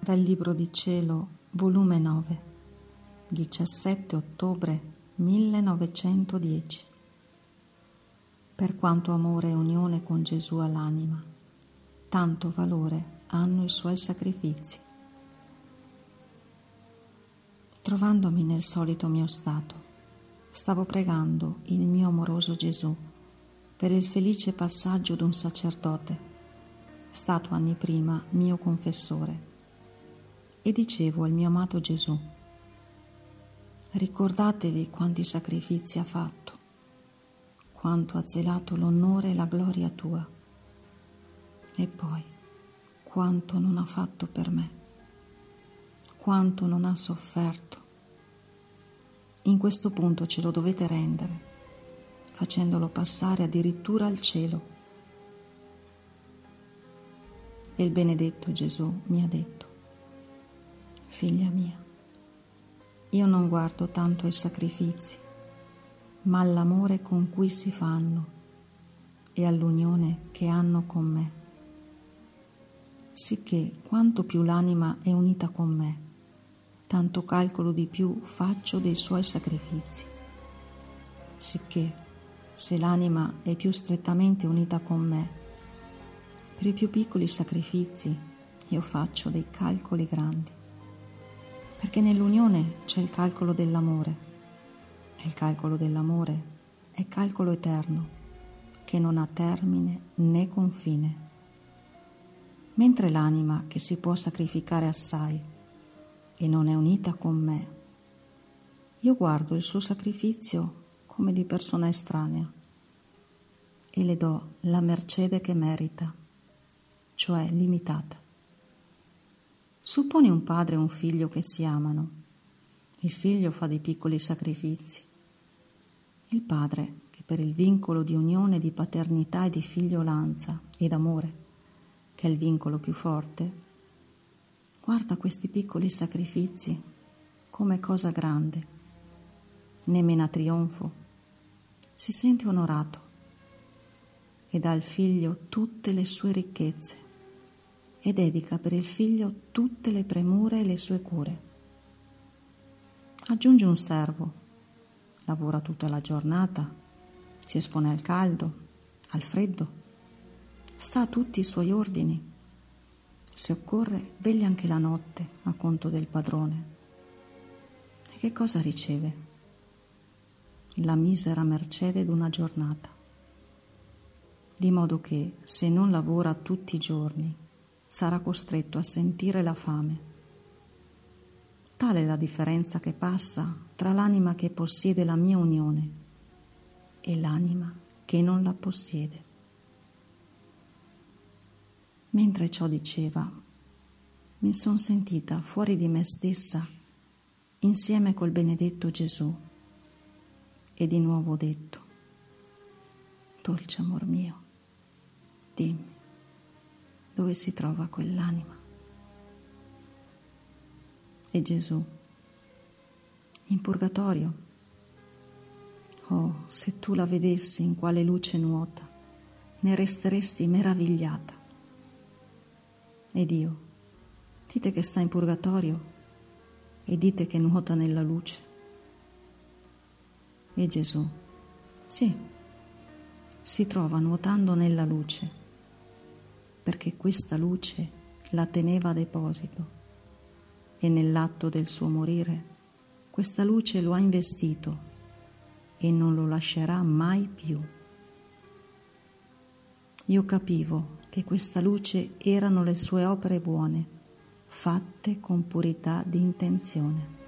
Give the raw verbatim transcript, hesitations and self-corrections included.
Dal Libro di Cielo, volume nove, diciassette ottobre millenovecentodieci. Per quanto amore e unione con Gesù all'anima, tanto valore hanno i suoi sacrifici. Trovandomi nel solito mio stato, stavo pregando il mio amoroso Gesù per il felice passaggio d'un sacerdote, stato anni prima mio confessore, e dicevo al mio amato Gesù: ricordatevi quanti sacrifici ha fatto, quanto ha zelato l'onore e la gloria tua, e poi quanto non ha fatto per me, quanto non ha sofferto. In questo punto ce lo dovete rendere, facendolo passare addirittura al cielo. E il benedetto Gesù mi ha detto: figlia mia, io non guardo tanto ai sacrifici, ma all'amore con cui si fanno e all'unione che hanno con me. Sicché quanto più l'anima è unita con me, tanto calcolo di più faccio dei suoi sacrifici. Sicché se l'anima è più strettamente unita con me, per i più piccoli sacrifici io faccio dei calcoli grandi. Perché nell'unione c'è il calcolo dell'amore, e il calcolo dell'amore è calcolo eterno, che non ha termine né confine. Mentre l'anima che si può sacrificare assai e non è unita con me, io guardo il suo sacrificio come di persona estranea e le do la mercede che merita, cioè limitata. Supponi un padre e un figlio che si amano. Il figlio fa dei piccoli sacrifici. Il padre, che per il vincolo di unione, di paternità e di figliolanza e d'amore, che è il vincolo più forte, guarda questi piccoli sacrifici come cosa grande, ne mena trionfo, si sente onorato e dà al figlio tutte le sue ricchezze e dedica per il figlio tutte le premure e le sue cure. Aggiunge un servo, lavora tutta la giornata, si espone al caldo, al freddo, sta a tutti i suoi ordini, se occorre veglia anche la notte a conto del padrone. E che cosa riceve? La misera mercede d'una giornata, di modo che se non lavora tutti i giorni sarà costretto a sentire la fame. Tale è la differenza che passa tra l'anima che possiede la mia unione e l'anima che non la possiede. Mentre ciò diceva, mi son sentita fuori di me stessa insieme col benedetto Gesù e di nuovo ho detto: dolce amor mio, dimmi, dove si trova quell'anima? E Gesù: in purgatorio. Oh, se tu la vedessi in quale luce nuota, ne resteresti meravigliata. Ed io: dite che sta in purgatorio e dite che nuota nella luce. E Gesù: sì, si trova nuotando nella luce, perché questa luce la teneva a deposito e nell'atto del suo morire questa luce lo ha investito e non lo lascerà mai più. Io capivo che questa luce erano le sue opere buone, fatte con purità di intenzione.